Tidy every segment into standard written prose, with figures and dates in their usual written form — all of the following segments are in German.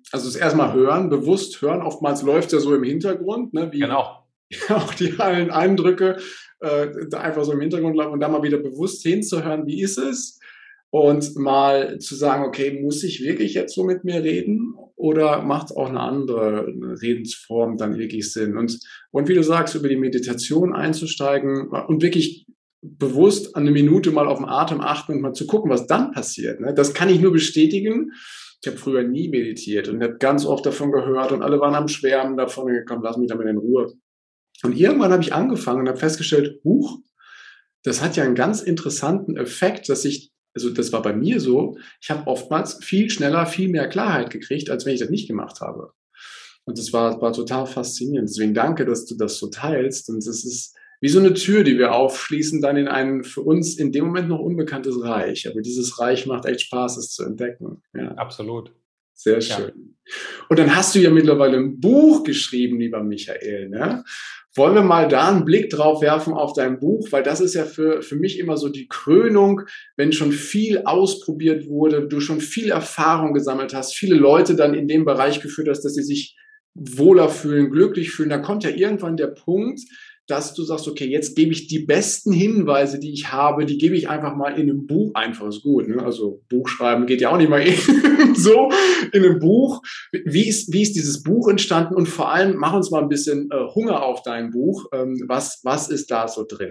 Also das erstmal hören, bewusst hören. Oftmals läuft es ja so im Hintergrund, ne, wie Genau. auch die allen Eindrücke da einfach so im Hintergrund laufen und da mal wieder bewusst hinzuhören, wie ist es? Und mal zu sagen, okay, muss ich wirklich jetzt so mit mir reden oder macht auch eine andere Redensform dann wirklich Sinn? Und wie du sagst, über die Meditation einzusteigen und wirklich bewusst an eine Minute mal auf den Atem achten und mal zu gucken, was dann passiert. Ne? Das kann ich nur bestätigen. Ich habe früher nie meditiert und habe ganz oft davon gehört und alle waren am Schwärmen davon gekommen, lass mich damit in Ruhe. Und irgendwann habe ich angefangen und habe festgestellt, huch, das hat ja einen ganz interessanten Effekt, also das war bei mir so, ich habe oftmals viel schneller, viel mehr Klarheit gekriegt, als wenn ich das nicht gemacht habe. Und das war total faszinierend. Deswegen danke, dass du das so teilst. Und das ist wie so eine Tür, die wir aufschließen, dann in ein für uns in dem Moment noch unbekanntes Reich. Aber dieses Reich macht echt Spaß, es zu entdecken. Ja, Absolut. sehr Ja. schön. Und dann hast du ja mittlerweile ein Buch geschrieben, lieber Michael, ne? Wollen wir mal da einen Blick drauf werfen auf dein Buch? Weil das ist ja für mich immer so die Krönung, wenn schon viel ausprobiert wurde, du schon viel Erfahrung gesammelt hast, viele Leute dann in dem Bereich geführt hast, dass sie sich wohler fühlen, glücklich fühlen. Da kommt ja irgendwann der Punkt, dass du sagst, okay, jetzt gebe ich die besten Hinweise, die ich habe, die gebe ich einfach mal in einem Buch. Einfach ist gut, ne? Also Buch schreiben geht ja auch nicht mal so in einem Buch. Wie ist dieses Buch entstanden? Und vor allem, mach uns mal ein bisschen Hunger auf dein Buch. Was ist da so drin?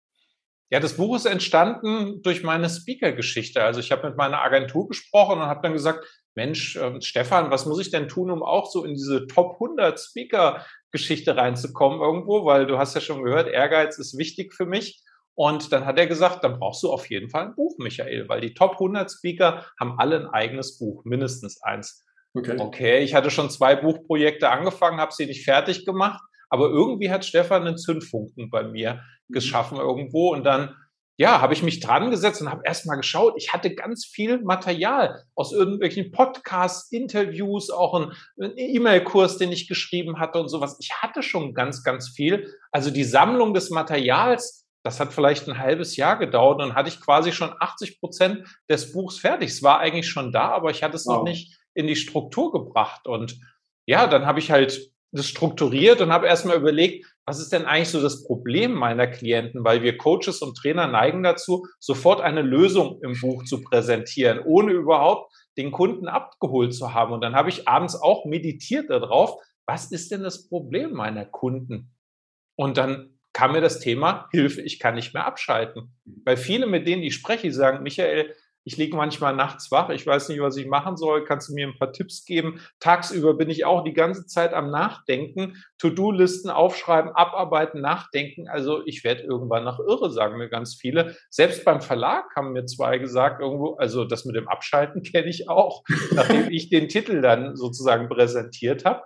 Ja, das Buch ist entstanden durch meine Speaker-Geschichte. Also ich habe mit meiner Agentur gesprochen und habe dann gesagt, Mensch, Stefan, was muss ich denn tun, um auch so in diese Top 100 Speaker-Geschichte reinzukommen irgendwo? Weil du hast ja schon gehört, Ehrgeiz ist wichtig für mich. Und dann hat er gesagt, dann brauchst du auf jeden Fall ein Buch, Michael, weil die Top 100 Speaker haben alle ein eigenes Buch, mindestens eins. Okay, ich hatte schon 2 Buchprojekte angefangen, habe sie nicht fertig gemacht, aber irgendwie hat Stefan einen Zündfunken bei mir geschaffen irgendwo und dann, ja, habe ich mich dran gesetzt und habe erst mal geschaut. Ich hatte ganz viel Material aus irgendwelchen Podcasts, Interviews, auch einen E-Mail-Kurs, den ich geschrieben hatte und sowas. Ich hatte schon ganz, ganz viel. Also die Sammlung des Materials, das hat vielleicht ein halbes Jahr gedauert und dann hatte ich quasi schon 80% des Buchs fertig. Es war eigentlich schon da, aber ich hatte es noch nicht in die Struktur gebracht. Und ja, dann habe ich halt das strukturiert und habe erstmal überlegt, was ist denn eigentlich so das Problem meiner Klienten? Weil wir Coaches und Trainer neigen dazu, sofort eine Lösung im Buch zu präsentieren, ohne überhaupt den Kunden abgeholt zu haben. Und dann habe ich abends auch meditiert darauf, was ist denn das Problem meiner Kunden? Und dann kam mir das Thema Hilfe, ich kann nicht mehr abschalten. Weil viele, mit denen ich spreche, sagen, Michael, ich liege manchmal nachts wach, ich weiß nicht, was ich machen soll, kannst du mir ein paar Tipps geben? Tagsüber bin ich auch die ganze Zeit am Nachdenken, To-Do-Listen aufschreiben, abarbeiten, nachdenken. Also ich werde irgendwann noch irre, sagen mir ganz viele. Selbst beim Verlag haben mir 2 gesagt, irgendwo, also das mit dem Abschalten kenne ich auch, nachdem ich den Titel dann sozusagen präsentiert habe.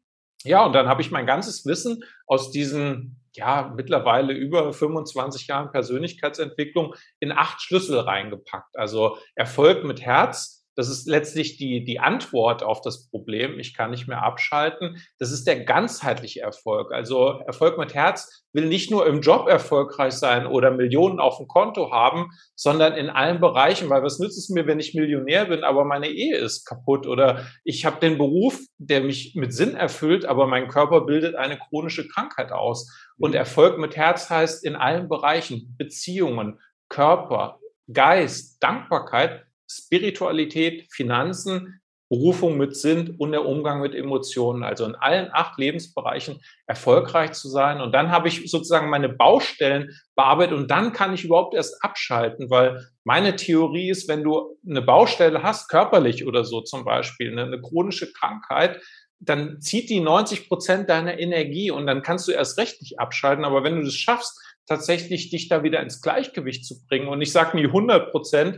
Ja, und dann habe ich mein ganzes Wissen aus diesen, ja, mittlerweile über 25 Jahren Persönlichkeitsentwicklung in 8 Schlüssel reingepackt. Also Erfolg mit Herz, das ist letztlich die Antwort auf das Problem. Ich kann nicht mehr abschalten. Das ist der ganzheitliche Erfolg. Also Erfolg mit Herz will nicht nur im Job erfolgreich sein oder Millionen auf dem Konto haben, sondern in allen Bereichen. Weil was nützt es mir, wenn ich Millionär bin, aber meine Ehe ist kaputt oder ich habe den Beruf, der mich mit Sinn erfüllt, aber mein Körper bildet eine chronische Krankheit aus. Und Erfolg mit Herz heißt in allen Bereichen, Beziehungen, Körper, Geist, Dankbarkeit, Spiritualität, Finanzen, Berufung mit Sinn und der Umgang mit Emotionen. Also in allen 8 Lebensbereichen erfolgreich zu sein. Und dann habe ich sozusagen meine Baustellen bearbeitet und dann kann ich überhaupt erst abschalten, weil meine Theorie ist, wenn du eine Baustelle hast, körperlich oder so zum Beispiel, eine chronische Krankheit, dann zieht die 90% deiner Energie und dann kannst du erst recht nicht abschalten. Aber wenn du das schaffst, tatsächlich dich da wieder ins Gleichgewicht zu bringen. Und ich sage nie 100%,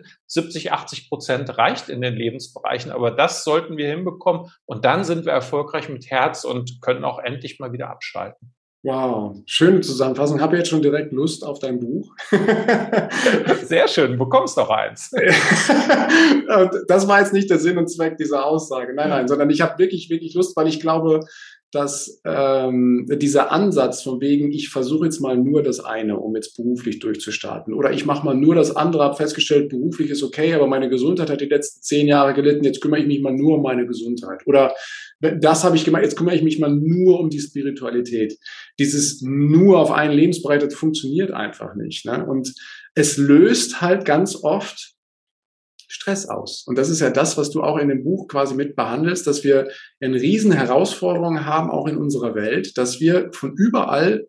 70-80% reicht in den Lebensbereichen, aber das sollten wir hinbekommen und dann sind wir erfolgreich mit Herz und können auch endlich mal wieder abschalten. Wow, schöne Zusammenfassung. Habe jetzt schon direkt Lust auf dein Buch. Sehr schön, bekommst doch eins. Das war jetzt nicht der Sinn und Zweck dieser Aussage. Nein, sondern ich habe wirklich, wirklich Lust, weil ich glaube, dass dieser Ansatz von wegen, ich versuche jetzt mal nur das eine, um jetzt beruflich durchzustarten. Oder ich mache mal nur das andere, habe festgestellt, beruflich ist okay, aber meine Gesundheit hat die letzten 10 Jahre gelitten, jetzt kümmere ich mich mal nur um meine Gesundheit. Oder das habe ich gemacht, jetzt kümmere ich mich mal nur um die Spiritualität. Dieses nur auf einen Lebensbereich, das funktioniert einfach nicht. Ne? Und es löst halt ganz oft Stress aus. Und das ist ja das, was du auch in dem Buch quasi mit behandelst, dass wir eine riesen Herausforderung haben, auch in unserer Welt, dass wir von überall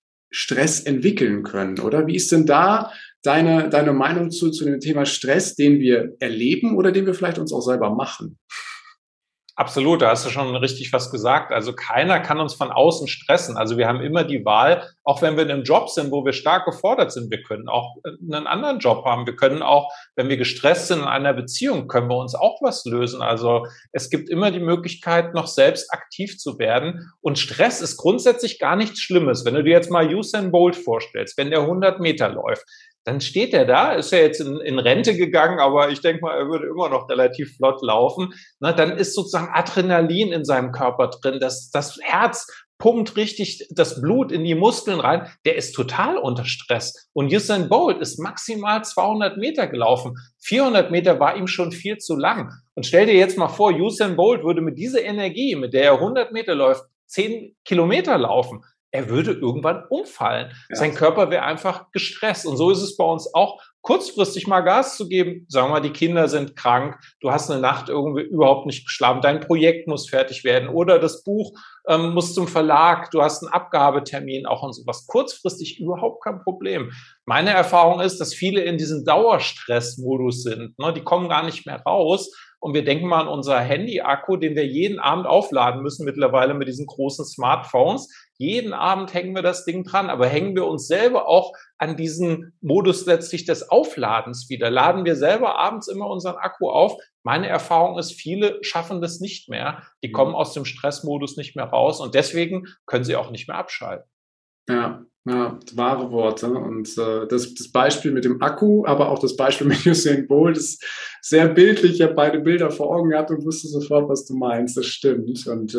Stress entwickeln können, oder? Wie ist denn da deine Meinung zu dem Thema Stress, den wir erleben oder den wir vielleicht uns auch selber machen? Absolut, da hast du schon richtig was gesagt. Also keiner kann uns von außen stressen. Also wir haben immer die Wahl, auch wenn wir in einem Job sind, wo wir stark gefordert sind, wir können auch einen anderen Job haben. Wir können auch, wenn wir gestresst sind in einer Beziehung, können wir uns auch was lösen. Also es gibt immer die Möglichkeit, noch selbst aktiv zu werden. Und Stress ist grundsätzlich gar nichts Schlimmes. Wenn du dir jetzt mal Usain Bolt vorstellst, wenn der 100 Meter läuft, dann steht er da, ist ja jetzt in Rente gegangen, aber ich denke mal, er würde immer noch relativ flott laufen. Na, dann ist sozusagen Adrenalin in seinem Körper drin. Das Herz pumpt richtig das Blut in die Muskeln rein. Der ist total unter Stress. Und Usain Bolt ist maximal 200 Meter gelaufen. 400 Meter war ihm schon viel zu lang. Und stell dir jetzt mal vor, Usain Bolt würde mit dieser Energie, mit der er 100 Meter läuft, 10 Kilometer laufen. Er würde irgendwann umfallen. Ja. Sein Körper wäre einfach gestresst. Und so ist es bei uns auch, kurzfristig mal Gas zu geben. Sagen wir mal, die Kinder sind krank, du hast eine Nacht irgendwie überhaupt nicht geschlafen, dein Projekt muss fertig werden oder das Buch muss zum Verlag, du hast einen Abgabetermin auch und sowas. Kurzfristig überhaupt kein Problem. Meine Erfahrung ist, dass viele in diesem Dauerstressmodus sind. Ne? Die kommen gar nicht mehr raus. Und wir denken mal an unser Handy-Akku, den wir jeden Abend aufladen müssen, mittlerweile mit diesen großen Smartphones. Jeden Abend hängen wir das Ding dran, aber hängen wir uns selber auch an diesen Modus letztlich des Aufladens wieder? Laden wir selber abends immer unseren Akku auf? Meine Erfahrung ist, viele schaffen das nicht mehr. Die kommen aus dem Stressmodus nicht mehr raus und deswegen können sie auch nicht mehr abschalten. Ja, wahre Worte. Und das Beispiel mit dem Akku, aber auch das Beispiel mit Usain Bolt ist sehr bildlich. Ich habe beide Bilder vor Augen gehabt und wusste sofort, was du meinst. Das stimmt. Und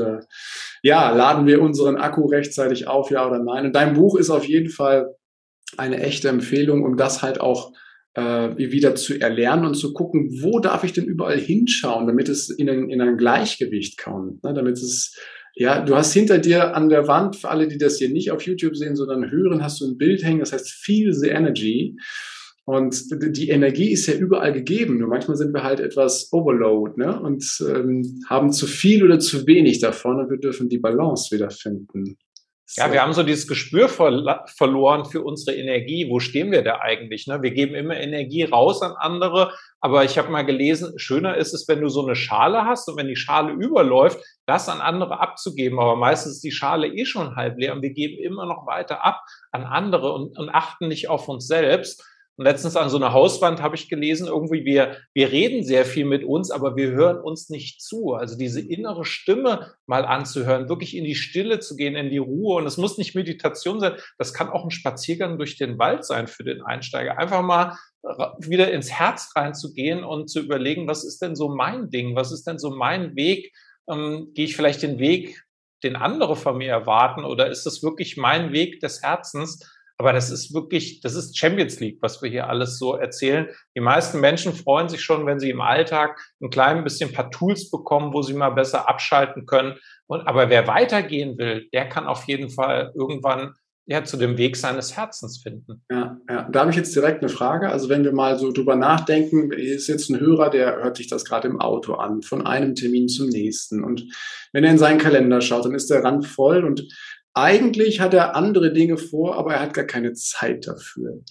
laden wir unseren Akku rechtzeitig auf, ja oder nein? Und dein Buch ist auf jeden Fall eine echte Empfehlung, um das halt auch wieder zu erlernen und zu gucken, wo darf ich denn überall hinschauen, damit es in ein Gleichgewicht kommt, ne? Damit es ja, du hast hinter dir an der Wand, für alle, die das hier nicht auf YouTube sehen, sondern hören, hast du ein Bild hängen, das heißt Feel the Energy. Und die Energie ist ja überall gegeben. Nur manchmal sind wir halt etwas overload, ne? Und haben zu viel oder zu wenig davon und wir dürfen die Balance wiederfinden. Ja, wir haben so dieses Gespür verloren für unsere Energie. Wo stehen wir da eigentlich? Ne? Wir geben immer Energie raus an andere. Aber ich habe mal gelesen, schöner ist es, wenn du so eine Schale hast und wenn die Schale überläuft, das an andere abzugeben. Aber meistens ist die Schale eh schon halb leer und wir geben immer noch weiter ab an andere und achten nicht auf uns selbst. Und letztens an so einer Hauswand habe ich gelesen, irgendwie wir reden sehr viel mit uns, aber wir hören uns nicht zu. Also diese innere Stimme mal anzuhören, wirklich in die Stille zu gehen, in die Ruhe. Und es muss nicht Meditation sein, das kann auch ein Spaziergang durch den Wald sein für den Einsteiger. Einfach mal wieder ins Herz reinzugehen und zu überlegen, was ist denn so mein Ding? Was ist denn so mein Weg? Gehe ich vielleicht den Weg, den andere von mir erwarten? Oder ist das wirklich mein Weg des Herzens? Aber das ist Champions League, was wir hier alles so erzählen. Die meisten Menschen freuen sich schon, wenn sie im Alltag ein klein bisschen ein paar Tools bekommen, wo sie mal besser abschalten können. Aber wer weitergehen will, der kann auf jeden Fall irgendwann zu dem Weg seines Herzens finden. Ja, da habe ich jetzt direkt eine Frage. Also wenn wir mal so drüber nachdenken, hier ist jetzt ein Hörer, der hört sich das gerade im Auto an, von einem Termin zum nächsten. Und wenn er in seinen Kalender schaut, dann ist der Rand voll und eigentlich hat er andere Dinge vor, aber er hat gar keine Zeit dafür.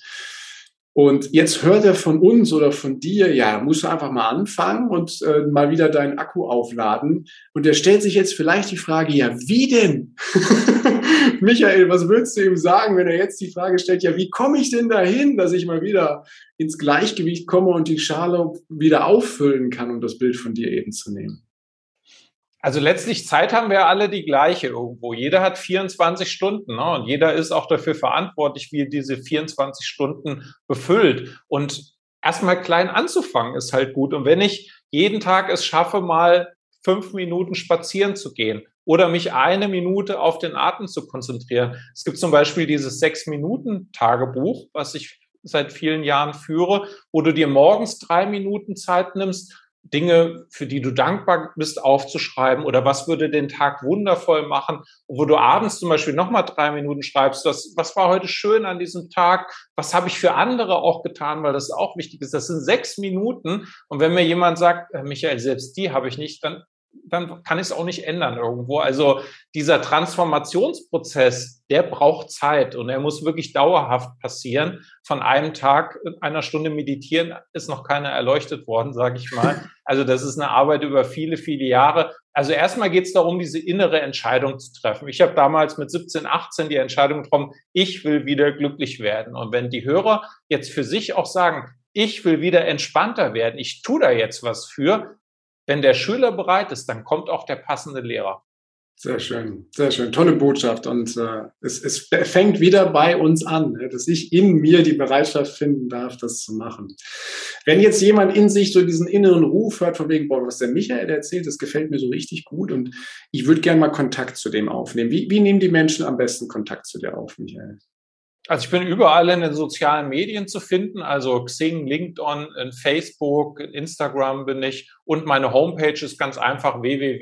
Und jetzt hört er von uns oder von dir, ja, musst du einfach mal anfangen und mal wieder deinen Akku aufladen. Und er stellt sich jetzt vielleicht die Frage, ja, wie denn? Michael, was würdest du ihm sagen, wenn er jetzt die Frage stellt, ja, wie komme ich denn dahin, dass ich mal wieder ins Gleichgewicht komme und die Schale wieder auffüllen kann, um das Bild von dir eben zu nehmen? Also letztlich Zeit haben wir alle die gleiche irgendwo. Jeder hat 24 Stunden, ne? Und jeder ist auch dafür verantwortlich, wie er diese 24 Stunden befüllt. Und erstmal klein anzufangen ist halt gut. Und wenn ich jeden Tag es schaffe, mal 5 Minuten spazieren zu gehen oder mich 1 Minute auf den Atem zu konzentrieren. Es gibt zum Beispiel dieses 6-Minuten-Tagebuch, was ich seit vielen Jahren führe, wo du dir morgens 3 Minuten Zeit nimmst, Dinge, für die du dankbar bist, aufzuschreiben oder was würde den Tag wundervoll machen, wo du abends zum Beispiel nochmal 3 Minuten schreibst, was war heute schön an diesem Tag, was habe ich für andere auch getan, weil das auch wichtig ist. Das sind 6 Minuten und wenn mir jemand sagt, Michael, selbst die habe ich nicht, dann kann ich es auch nicht ändern irgendwo. Also dieser Transformationsprozess, der braucht Zeit und er muss wirklich dauerhaft passieren. Von einem Tag, 1 Stunde meditieren, ist noch keiner erleuchtet worden, sage ich mal. Also das ist eine Arbeit über viele, viele Jahre. Also erstmal geht es darum, diese innere Entscheidung zu treffen. Ich habe damals mit 17, 18 die Entscheidung getroffen, ich will wieder glücklich werden. Und wenn die Hörer jetzt für sich auch sagen, ich will wieder entspannter werden, ich tue da jetzt was für, wenn der Schüler bereit ist, dann kommt auch der passende Lehrer. Sehr schön, sehr schön. Tolle Botschaft. Und es fängt wieder bei uns an, dass ich in mir die Bereitschaft finden darf, das zu machen. Wenn jetzt jemand in sich so diesen inneren Ruf hört, von wegen, boah, was der Michael erzählt, das gefällt mir so richtig gut und ich würde gerne mal Kontakt zu dem aufnehmen. Wie nehmen die Menschen am besten Kontakt zu dir auf, Michael? Also ich bin überall in den sozialen Medien zu finden, also Xing, LinkedIn, in Facebook, in Instagram bin ich und meine Homepage ist ganz einfach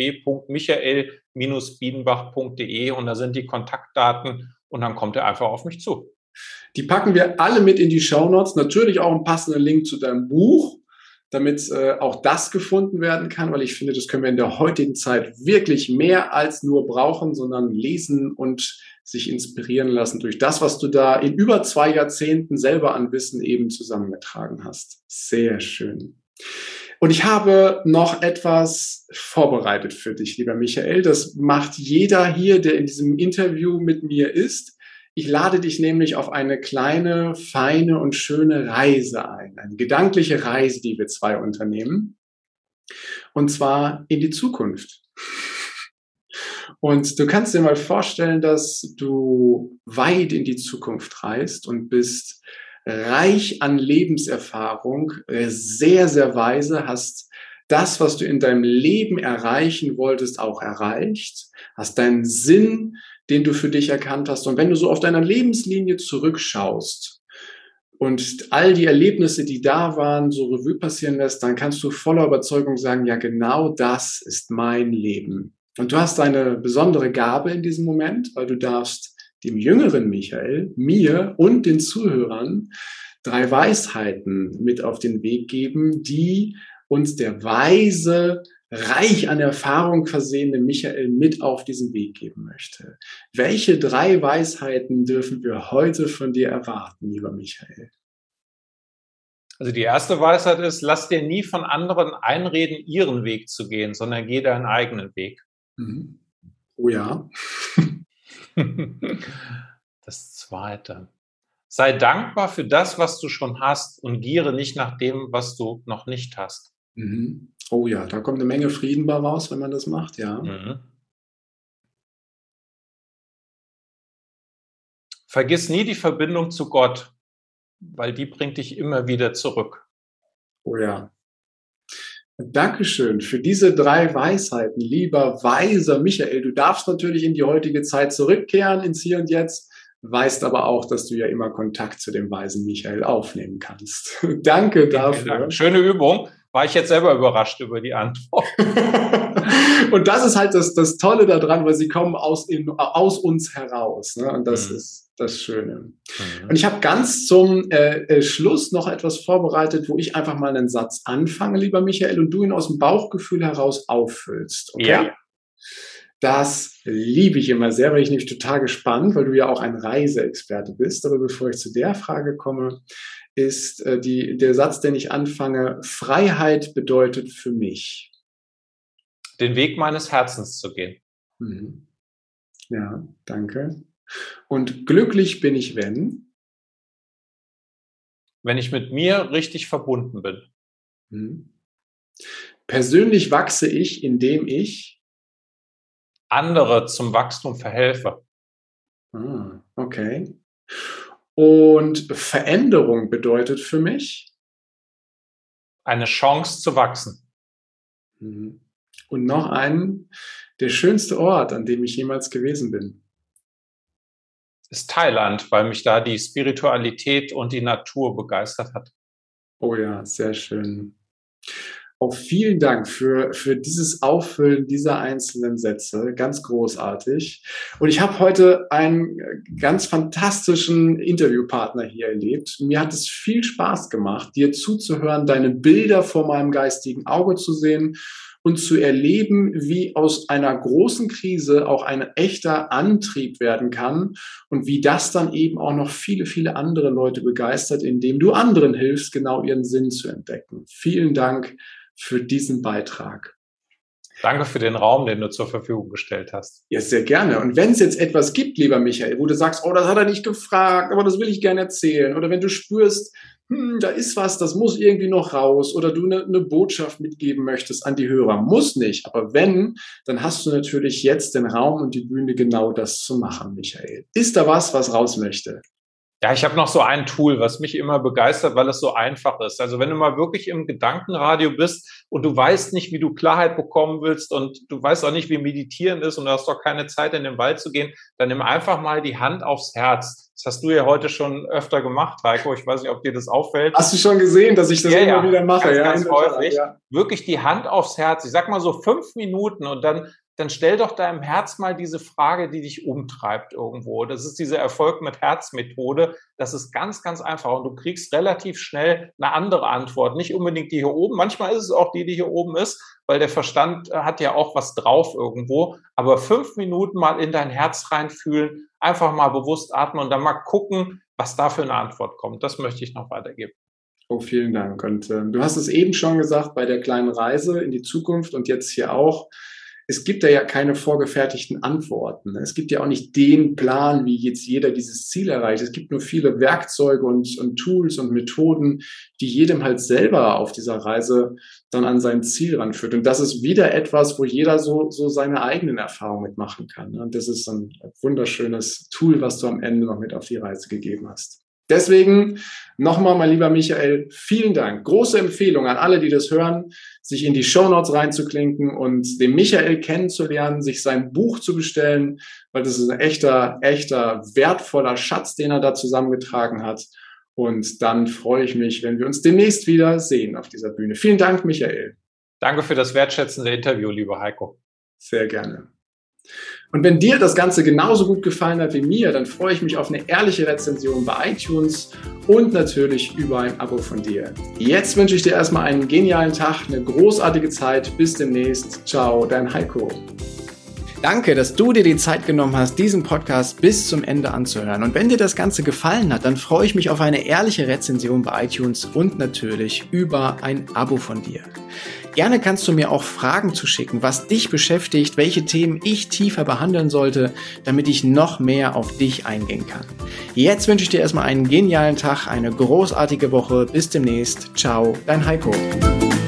www.michael-biedenbach.de und da sind die Kontaktdaten und dann kommt er einfach auf mich zu. Die packen wir alle mit in die Shownotes, natürlich auch einen passenden Link zu deinem Buch, damit auch das gefunden werden kann, weil ich finde, das können wir in der heutigen Zeit wirklich mehr als nur brauchen, sondern lesen und sich inspirieren lassen durch das, was du da in über 2 Jahrzehnten selber an Wissen eben zusammengetragen hast. Sehr schön. Und ich habe noch etwas vorbereitet für dich, lieber Michael. Das macht jeder hier, der in diesem Interview mit mir ist. Ich lade dich nämlich auf eine kleine, feine und schöne Reise ein. Eine gedankliche Reise, die wir 2 unternehmen. Und zwar in die Zukunft. Und du kannst dir mal vorstellen, dass du weit in die Zukunft reist und bist reich an Lebenserfahrung, sehr, sehr weise, hast das, was du in deinem Leben erreichen wolltest, auch erreicht, hast deinen Sinn, den du für dich erkannt hast. Und wenn du so auf deiner Lebenslinie zurückschaust und all die Erlebnisse, die da waren, so Revue passieren lässt, dann kannst du voller Überzeugung sagen, ja, genau das ist mein Leben. Und du hast eine besondere Gabe in diesem Moment, weil du darfst dem jüngeren Michael, mir und den Zuhörern 3 Weisheiten mit auf den Weg geben, die uns der weise, reich an Erfahrung versehene Michael mit auf diesen Weg geben möchte. Welche 3 Weisheiten dürfen wir heute von dir erwarten, lieber Michael? Also die erste Weisheit ist, lass dir nie von anderen einreden, ihren Weg zu gehen, sondern geh deinen eigenen Weg. Mhm. Oh ja. Das zweite. Sei dankbar für das, was du schon hast und giere nicht nach dem, was du noch nicht hast. Mhm. Oh ja, da kommt eine Menge Frieden bei raus, wenn man das macht, ja. Mhm. Vergiss nie die Verbindung zu Gott, weil die bringt dich immer wieder zurück. Oh ja. Dankeschön für diese 3 Weisheiten, lieber weiser Michael. Du darfst natürlich in die heutige Zeit zurückkehren, ins Hier und Jetzt, weißt aber auch, dass du ja immer Kontakt zu dem weisen Michael aufnehmen kannst. Danke dafür. Dank. Schöne Übung. War ich jetzt selber überrascht über die Antwort. Und das ist halt das Tolle daran, weil sie kommen aus uns heraus. Ne? Und das ist das Schöne. Und ich habe ganz zum Schluss noch etwas vorbereitet, wo ich einfach mal einen Satz anfange, lieber Michael, und du ihn aus dem Bauchgefühl heraus auffüllst. Okay? Ja. Das liebe ich immer sehr, weil ich nämlich total gespannt, weil du ja auch ein Reiseexperte bist. Aber bevor ich zu der Frage komme, ist der Satz, den ich anfange: Freiheit bedeutet für mich, den Weg meines Herzens zu gehen. Mhm. Ja, danke. Und glücklich bin ich, wenn ich mit mir richtig verbunden bin. Mhm. Persönlich wachse ich, indem ich andere zum Wachstum verhelfe. Okay. Und Veränderung bedeutet für mich eine Chance zu wachsen. Und noch einen: der schönste Ort, an dem ich jemals gewesen bin? Ist Thailand, weil mich da die Spiritualität und die Natur begeistert hat. Oh ja, sehr schön. Auch vielen Dank für dieses Auffüllen dieser einzelnen Sätze. Ganz großartig. Und ich habe heute einen ganz fantastischen Interviewpartner hier erlebt. Mir hat es viel Spaß gemacht, dir zuzuhören, deine Bilder vor meinem geistigen Auge zu sehen und zu erleben, wie aus einer großen Krise auch ein echter Antrieb werden kann und wie das dann eben auch noch viele, viele andere Leute begeistert, indem du anderen hilfst, genau ihren Sinn zu entdecken. Vielen Dank für diesen Beitrag. Danke für den Raum, den du zur Verfügung gestellt hast. Ja, sehr gerne. Und wenn es jetzt etwas gibt, lieber Michael, wo du sagst, oh, das hat er nicht gefragt, aber das will ich gerne erzählen. Oder wenn du spürst, da ist was, das muss irgendwie noch raus. Oder du eine Botschaft mitgeben möchtest an die Hörer. Muss nicht. Aber wenn, dann hast du natürlich jetzt den Raum und die Bühne, genau das zu machen, Michael. Ist da was raus möchte? Ja, ich habe noch so ein Tool, was mich immer begeistert, weil es so einfach ist. Also wenn du mal wirklich im Gedankenradio bist und du weißt nicht, wie du Klarheit bekommen willst und du weißt auch nicht, wie Meditieren ist und du hast doch keine Zeit, in den Wald zu gehen, dann nimm einfach mal die Hand aufs Herz. Das hast du ja heute schon öfter gemacht, Heiko. Ich weiß nicht, ob dir das auffällt. Hast du schon gesehen, dass ich das immer wieder mache? Ganz häufig. Ja. Wirklich die Hand aufs Herz. Ich sag mal so 5 Minuten und dann stell doch deinem Herz mal diese Frage, die dich umtreibt irgendwo. Das ist diese Erfolg mit Herz-Methode. Das ist ganz, ganz einfach und du kriegst relativ schnell eine andere Antwort. Nicht unbedingt die hier oben. Manchmal ist es auch die hier oben ist, weil der Verstand hat ja auch was drauf irgendwo. Aber 5 Minuten mal in dein Herz reinfühlen, einfach mal bewusst atmen und dann mal gucken, was da für eine Antwort kommt. Das möchte ich noch weitergeben. Oh, vielen Dank. Und du hast es eben schon gesagt, bei der kleinen Reise in die Zukunft und jetzt hier auch. Es gibt ja keine vorgefertigten Antworten. Es gibt ja auch nicht den Plan, wie jetzt jeder dieses Ziel erreicht. Es gibt nur viele Werkzeuge und Tools und Methoden, die jedem halt selber auf dieser Reise dann an sein Ziel ranführt. Und das ist wieder etwas, wo jeder so seine eigenen Erfahrungen mitmachen kann. Und das ist ein wunderschönes Tool, was du am Ende noch mit auf die Reise gegeben hast. Deswegen nochmal, mein lieber Michael, vielen Dank. Große Empfehlung an alle, die das hören, sich in die Shownotes reinzuklinken und den Michael kennenzulernen, sich sein Buch zu bestellen, weil das ist ein echter, wertvoller Schatz, den er da zusammengetragen hat. Und dann freue ich mich, wenn wir uns demnächst wieder sehen auf dieser Bühne. Vielen Dank, Michael. Danke für das wertschätzende Interview, lieber Heiko. Sehr gerne. Und wenn dir das Ganze genauso gut gefallen hat wie mir, dann freue ich mich auf eine ehrliche Rezension bei iTunes und natürlich über ein Abo von dir. Jetzt wünsche ich dir erstmal einen genialen Tag, eine großartige Zeit. Bis demnächst. Ciao, dein Heiko. Danke, dass du dir die Zeit genommen hast, diesen Podcast bis zum Ende anzuhören. Und wenn dir das Ganze gefallen hat, dann freue ich mich auf eine ehrliche Rezension bei iTunes und natürlich über ein Abo von dir. Gerne kannst du mir auch Fragen zuschicken, was dich beschäftigt, welche Themen ich tiefer behandeln sollte, damit ich noch mehr auf dich eingehen kann. Jetzt wünsche ich dir erstmal einen genialen Tag, eine großartige Woche. Bis demnächst. Ciao, dein Heiko.